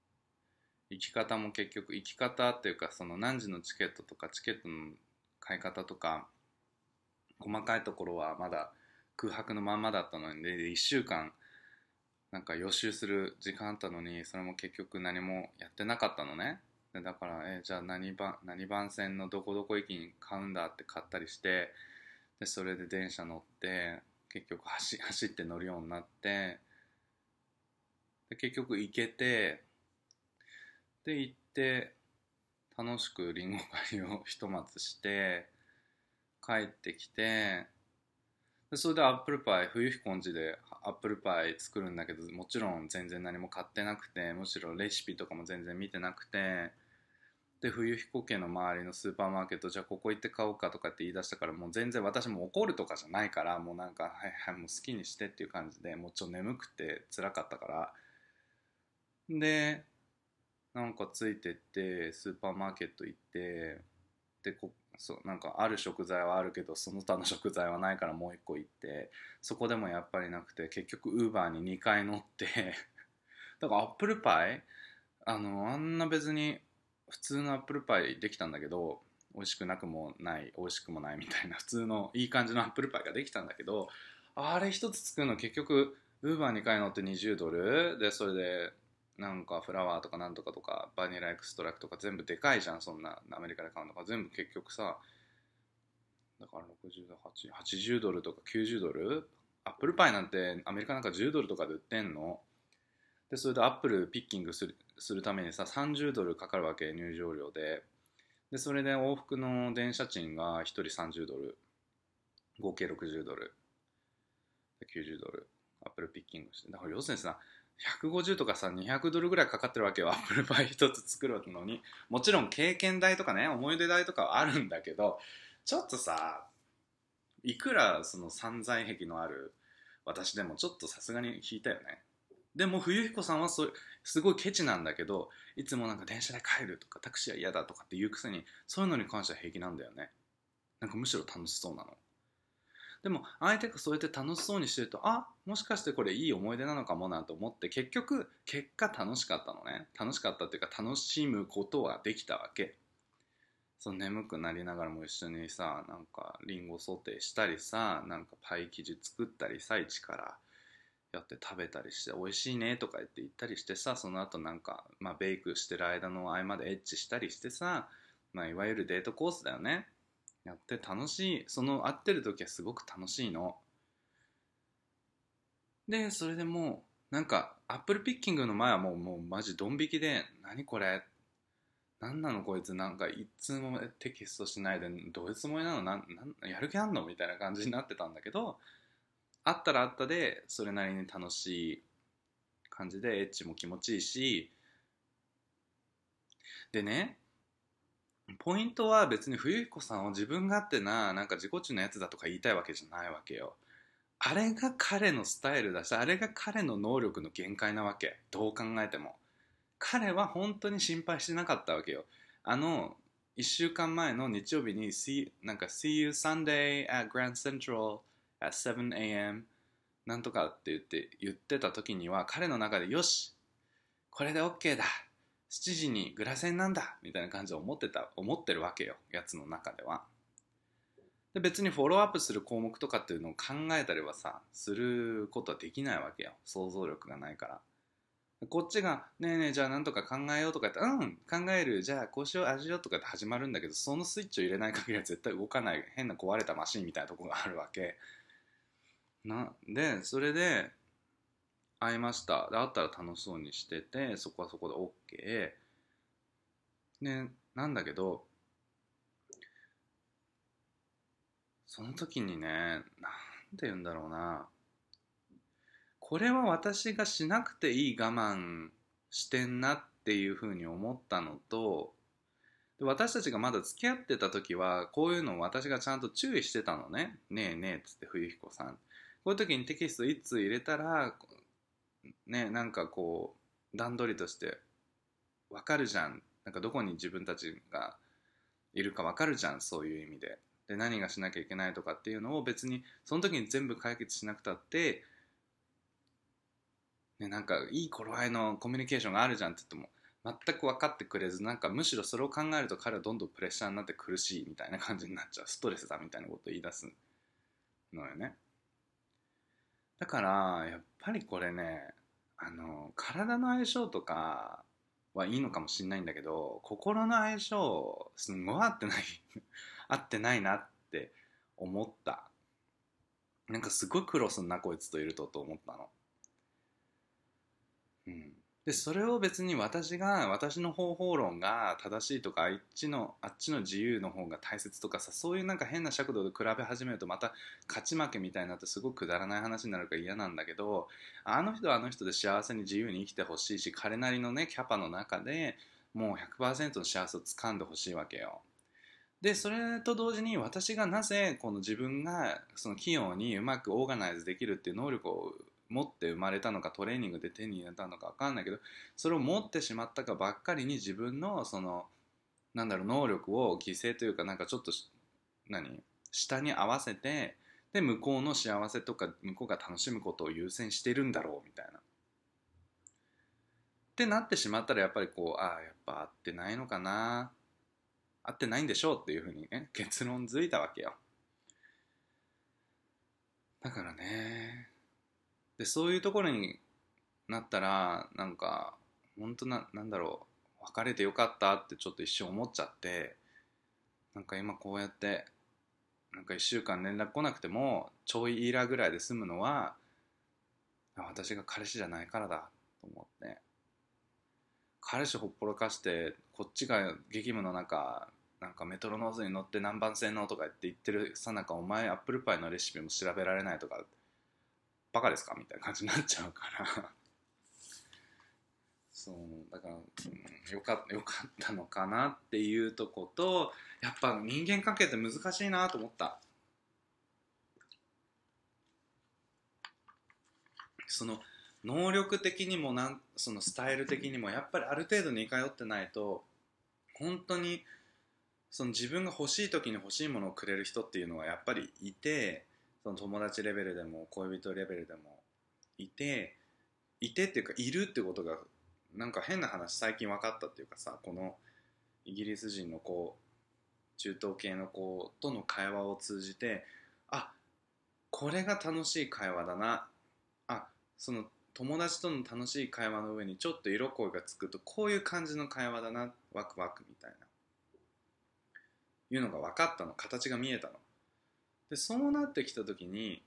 行き方っていうか、その何時のチケットとかチケットの買い方とか細かいところはまだ空白のまんまだったのに、で1週間なんか予習する時間あったのに、それも結局何もやってなかったのね。でだからじゃあ何番線のどこどこ駅に買うんだって買ったりして、 でそれで電車乗って結局走って乗るようになって、で結局行けて、で行って楽しくリンゴ狩りをひとまずして帰ってきて、でそれでアップルパイ、冬彦ん家でアップルパイ作るんだけど、もちろん全然何も買ってなくて、むしろレシピとかも全然見てなくて、で冬彦家の周りのスーパーマーケット、じゃあここ行って買おうかとかって言い出したから、もう全然私も怒るとかじゃないから、もうなんかはいはい、もう好きにしてっていう感じで、もうちょっと眠くて辛かったから、でなんかついてってスーパーマーケット行って、でそうなんかある食材はあるけどその他の食材はないからもう一個行って、そこでもやっぱりなくて、結局ウーバーに2回乗ってだからアップルパイ、あんな別に普通のアップルパイできたんだけど、美味しくなくもない美味しくもないみたいな普通のいい感じのアップルパイができたんだけど、あれ一つ作るの結局ウーバー2回乗って20ドルで、それでなんかフラワーとかなんとかとかバニラエクストラクトとか全部でかいじゃん、そんなアメリカで買うのが全部結局さ、だから60、80ドルとか90ドル、アップルパイなんてアメリカなんか10ドルとかで売ってんの。でそれでアップルピッキングするためにさ30ドルかかるわけ、入場料で。でそれで往復の電車賃が1人30ドル、合計60ドルで90ドルアップルピッキングして、だから要するにさ150とかさ200ドルぐらいかかってるわけよ、アップルパイ一つ作るのに。もちろん経験代とかね、思い出代とかはあるんだけど、ちょっとさ、いくらその散財癖のある私でもちょっとさすがに引いたよね。でも冬彦さんはすごいケチなんだけど、いつもなんか電車で帰るとかタクシーは嫌だとかって言うくせに、そういうのに関しては平気なんだよね。なんかむしろ楽しそうなの。でも相手がそうやって楽しそうにしてると、あ、もしかしてこれいい思い出なのかもなと思って、結果楽しかったのね。楽しかったっていうか楽しむことはできたわけ。そう眠くなりながらも一緒にさ、なんかリンゴソテーしたりさ、なんかパイ生地作ったりさ、一からやって食べたりして、美味しいねとか言ったりしてさ、その後なんか、まあ、ベイクしてる間の合間でエッチしたりしてさ、まあ、いわゆるデートコースだよね。やって楽しい、その会ってる時はすごく楽しいの。でそれでもうなんかアップルピッキングの前はもうマジドン引きで、何これ、なんなのこいつ、なんかいつもテキストしないでどういうつもりなの、やる気あんのみたいな感じになってたんだけど、あったらあったでそれなりに楽しい感じでエッチも気持ちいいし、でね、ポイントは別に冬彦さんを自分勝手ななんか自己中のやつだとか言いたいわけじゃないわけよ。あれが彼のスタイルだし、あれが彼の能力の限界なわけ、どう考えても。彼は本当に心配してなかったわけよ。あの1週間前の日曜日になんか See you Sunday at Grand Central at 7 a.m. なんとかって言ってた時には、彼の中でよしこれで OK だ、7時にグラセンなんだみたいな感じで思ってるわけよ、やつの中では。で別にフォローアップする項目とかっていうのを考えたりはさすることはできないわけよ、想像力がないから。こっちが「ねえねえじゃあなんとか考えよう」とか言って「うん考える、じゃあこうしようああしよう」とかって始まるんだけど、そのスイッチを入れない限りは絶対動かない、変な壊れたマシンみたいなところがあるわけで、それで会いました。で会ったら楽しそうにしてて、そこはそこで OK ね。なんだけどその時にね、なんて言うんだろうな、これは私がしなくていい我慢してんなっていうふうに思ったのと、で私たちがまだ付き合ってた時はこういうのを私がちゃんと注意してたのね。ねえねえっつって、冬彦さんこういう時にテキスト1通入れたらね、なんかこう段取りとしてわかるじゃん、なんかどこに自分たちがいるかわかるじゃん、そういう意味で。で何がしなきゃいけないとかっていうのを別にその時に全部解決しなくたって、ね、なんかいい頃合いのコミュニケーションがあるじゃんって言っても全く分かってくれず、なんかむしろそれを考えると彼はどんどんプレッシャーになって苦しいみたいな感じになっちゃう、ストレスだみたいなことを言い出すのよね。だからやっぱりこれね、体の相性とかはいいのかもしれないんだけど、心の相性すんごい合ってない合ってないなって思った。なんかすごい苦労すんなこいつといると思ったの。うん、でそれを別に私の方法論が正しいとかあっちの自由の方が大切とかさ、そういうなんか変な尺度で比べ始めるとまた勝ち負けみたいになってすごくくだらない話になるから嫌なんだけど、あの人はあの人で幸せに自由に生きてほしいし、彼なりのねキャパの中でもう 100% の幸せを掴んでほしいわけよ。でそれと同時に私がなぜこの自分がその器用にうまくオーガナイズできるっていう能力を持って生まれたのか、トレーニングで手に入れたのか分かんないけど、それを持ってしまったかばっかりに自分のそのなんだろう能力を犠牲というか、なんかちょっと下に合わせて、で向こうの幸せとか向こうが楽しむことを優先してるんだろうみたいなってなってしまったら、やっぱりこうやっぱ合ってないのかな、合ってないんでしょうっていうふうにね結論づいたわけよ。だからね、でそういうところになったらなんか本当なんだろう、別れてよかったってちょっと一瞬思っちゃって、なんか今こうやってなんか1週間連絡来なくてもちょいイラぐらいで済むのは私が彼氏じゃないからだと思って、彼氏ほっぽらかしてこっちが激務の中なんかメトロノーズに乗って何番線のとか言ってるさなか、お前アップルパイのレシピも調べられないとかバカですかみたいな感じになっちゃうからそうだから、よかったのかなっていうとこと、やっぱ人間関係って難しいなと思った。その能力的にもそのスタイル的にもやっぱりある程度似通ってないと、本当にその自分が欲しい時に欲しいものをくれる人っていうのはやっぱりいて、その友達レベルでも恋人レベルでもいて、っていうかいるってことがなんか変な話最近分かったっていうかさ、このイギリス人の子、中東系の子との会話を通じて、あ、これが楽しい会話だな、あ、その友達との楽しい会話の上にちょっと色恋がつくとこういう感じの会話だな、ワクワクみたいないうのが分かったの、形が見えたの。でそうなってきた時に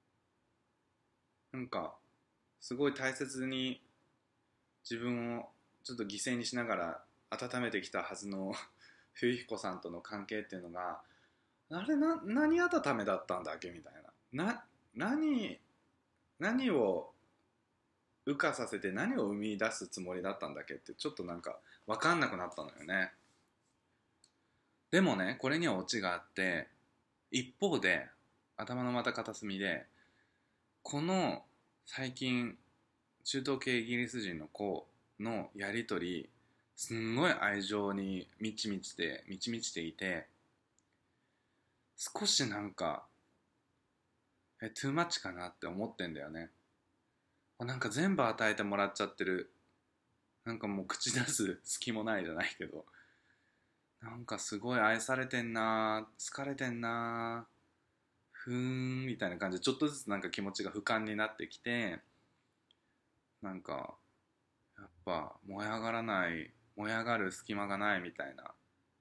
なんかすごい大切に自分をちょっと犠牲にしながら温めてきたはずの冬彦さんとの関係っていうのが、あれ何温めだったんだっけみたいな、何何を羽化させて何を生み出すつもりだったんだっけってちょっとなんか分かんなくなったのよね。でもねこれにはオチがあって、一方で頭のまた片隅でこの最近中東系イギリス人の子のやり取りすんごい愛情に満ち満ちていて、少しなんかトゥーマッチかなって思ってんだよね。なんか全部与えてもらっちゃってる、なんかもう口出す隙もないじゃないけど、なんかすごい愛されてんな、疲れてんな、ふーんみたいな感じでちょっとずつなんか気持ちが俯瞰になってきて、なんかやっぱ燃え上がる隙間がないみたいな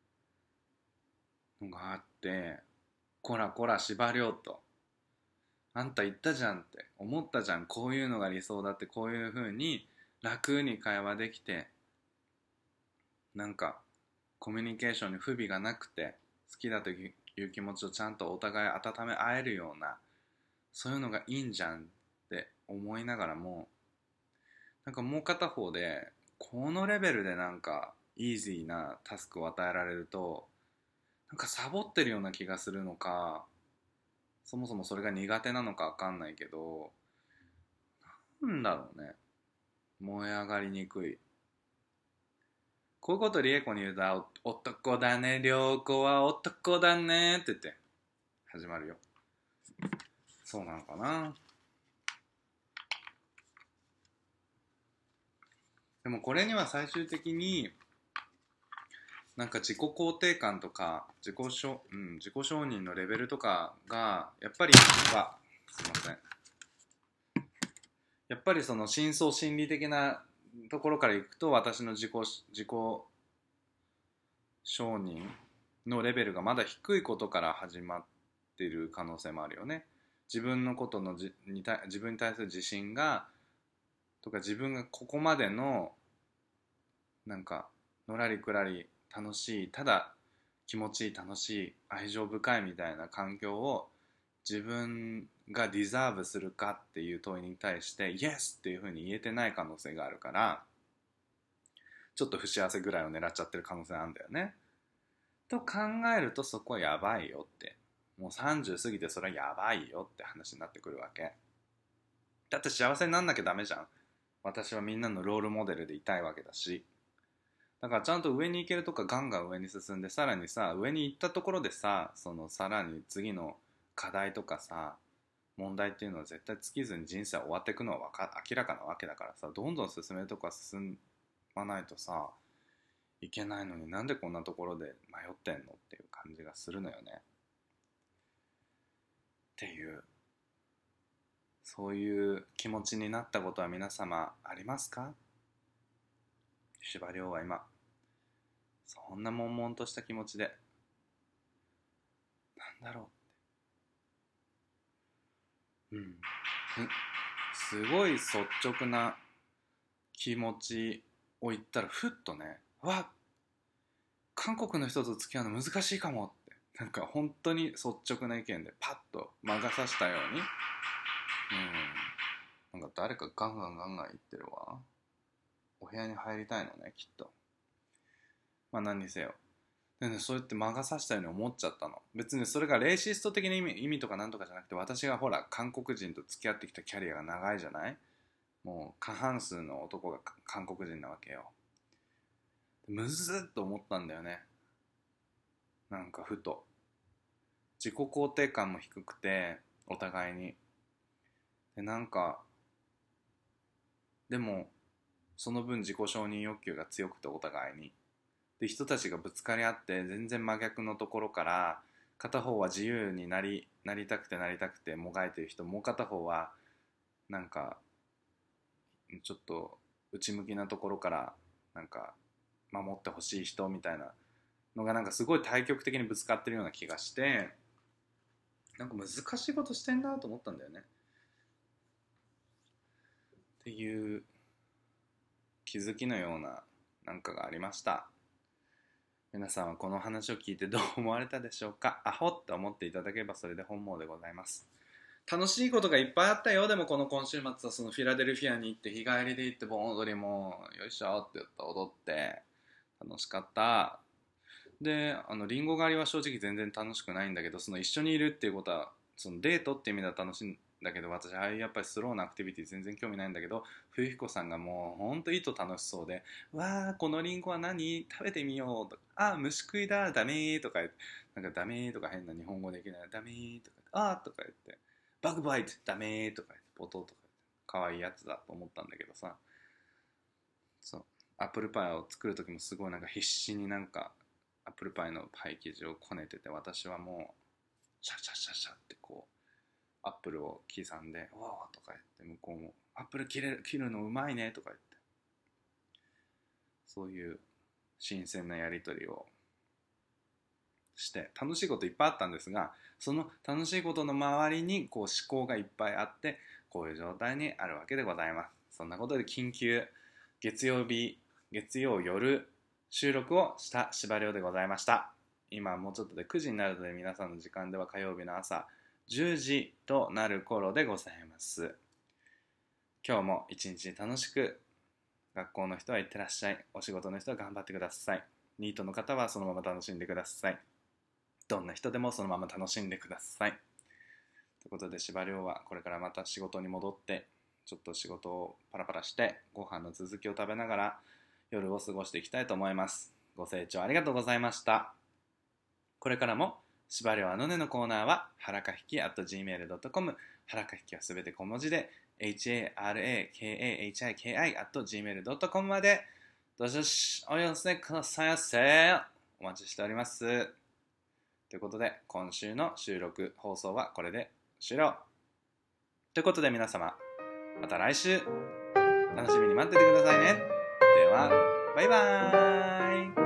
のがあって、こらこら司馬遼と、あんた言ったじゃんって思ったじゃん、こういうのが理想だって、こういう風に楽に会話できて、なんかコミュニケーションに不備がなくて好きだという気持ちをちゃんとお互い温め合えるような、そういうのがいいんじゃんって思いながらも、なんかもう片方でこのレベルでなんかイージーなタスクを与えられるとなんかサボってるような気がするのか、そもそもそれが苦手なのか分かんないけど、なんだろうね、燃え上がりにくい。こういうことリエコに言うと、男だね、良子は男だねって言って始まるよ。そうなのかな。でもこれには最終的になんか自己肯定感とか自己承認のレベルとかがやっぱりすいません、やっぱりその深層心理的なところからいくと、私の自己承認のレベルがまだ低いことから始まってっている可能性もあるよね。自分のことの自分に対する自信がとか、自分がここまでのなんかのらりくらり楽しい、ただ気持ちいい、楽しい、愛情深いみたいな環境を自分がディザーブするかっていう問いに対してイエスっていうふうに言えてない可能性があるから、ちょっと不幸せぐらいを狙っちゃってる可能性あるんだよね。と考えると、そこはやばいよって、もう30過ぎてそれはやばいよって話になってくるわけ。だって幸せになんなきゃダメじゃん。私はみんなのロールモデルでいたいわけだし。だからちゃんと上に行けるとか、ガンガン上に進んで、さらにさ、上に行ったところでさ、そのさらに次の課題とかさ、問題っていうのは絶対尽きずに人生は終わっていくのは明らかなわけだからさ、どんどん進めるとか進まないとさいけないのに、なんでこんなところで迷ってんのっていう感じがするのよね。っていう、そういう気持ちになったことは皆様ありますか？司馬遼は今そんな悶々とした気持ちで、なんだろう、すごい率直な気持ちを言ったら、ふっとね、韓国の人と付き合うの難しいかもって、なんか本当に率直な意見でパッと魔が差したように、なんか誰かガンガンガンガン言ってるわ。お部屋に入りたいのね、きっと。まあ何にせよ。でね、そうやって魔が差したように思っちゃったの。別にそれがレイシスト的な意味とかなんとかじゃなくて、私がほら韓国人と付き合ってきたキャリアが長いじゃない。もう過半数の男が韓国人なわけよ。むずっと思ったんだよね。なんかふと自己肯定感も低くて、お互いに。でなんかでもその分自己承認欲求が強くて、お互いに。で人たちがぶつかり合って全然真逆のところから、片方は自由になりたくてもがいてる人、もう片方はなんかちょっと内向きなところからなんか守ってほしい人みたいなのが、なんかすごい対極的にぶつかってるような気がして、なんか難しいことしてんなと思ったんだよね。っていう気づきのようななんかがありました。皆さんはこの話を聞いてどう思われたでしょうか？アホって思っていただければそれで本望でございます。楽しいことがいっぱいあったよ。でもこの今週末はそのフィラデルフィアに行って、日帰りで行って、盆踊りもよいしょって言った踊って楽しかった。でリンゴ狩りは正直全然楽しくないんだけど、その一緒にいるっていうことは、そのデートっていう意味では楽しいんだけど、私ああいうやっぱりスローなアクティビティ全然興味ないんだけど、冬彦さんがもうほんといいと楽しそうで、わあこのリンゴは何食べてみようとか、あ虫食いだダメーとか言って、なんかダメーとか変な日本語できない、ダメーとかあーとか言って、バグバイトダメーとか言って、ポトとか言って、可愛いやつだと思ったんだけどさ、そうアップルパイを作る時もすごいなんか必死になんかアップルパイのパイ生地をこねてて、私はもうシャシャシャシャってこうアップルを刻んで、わーとか言って、向こうもアップル切るのうまいねとか言って、そういう新鮮なやり取りをして楽しいこといっぱいあったんですが、その楽しいことの周りにこう思考がいっぱいあって、こういう状態にあるわけでございます。そんなことで緊急月曜夜収録をした司馬遼でございました。今もうちょっとで9時になるので、皆さんの時間では火曜日の朝10時となる頃でございます。今日も一日楽しく、学校の人は行ってらっしゃい、お仕事の人は頑張ってください、ニートの方はそのまま楽しんでください、どんな人でもそのまま楽しんでください。ということで、司馬遼はこれからまた仕事に戻って、ちょっと仕事をパラパラしてご飯の続きを食べながら夜を過ごしていきたいと思います。ご清聴ありがとうございました。これからも司馬遼あのねのコーナーははらかひき @gmail.com、 はらかひきはすべて小文字で harakahiki@gmail.com までどしどしお寄せくださいませ。お待ちしております。ということで、今週の収録放送はこれで終了ということで、皆様また来週楽しみに待っててくださいね。ではバイバーイ。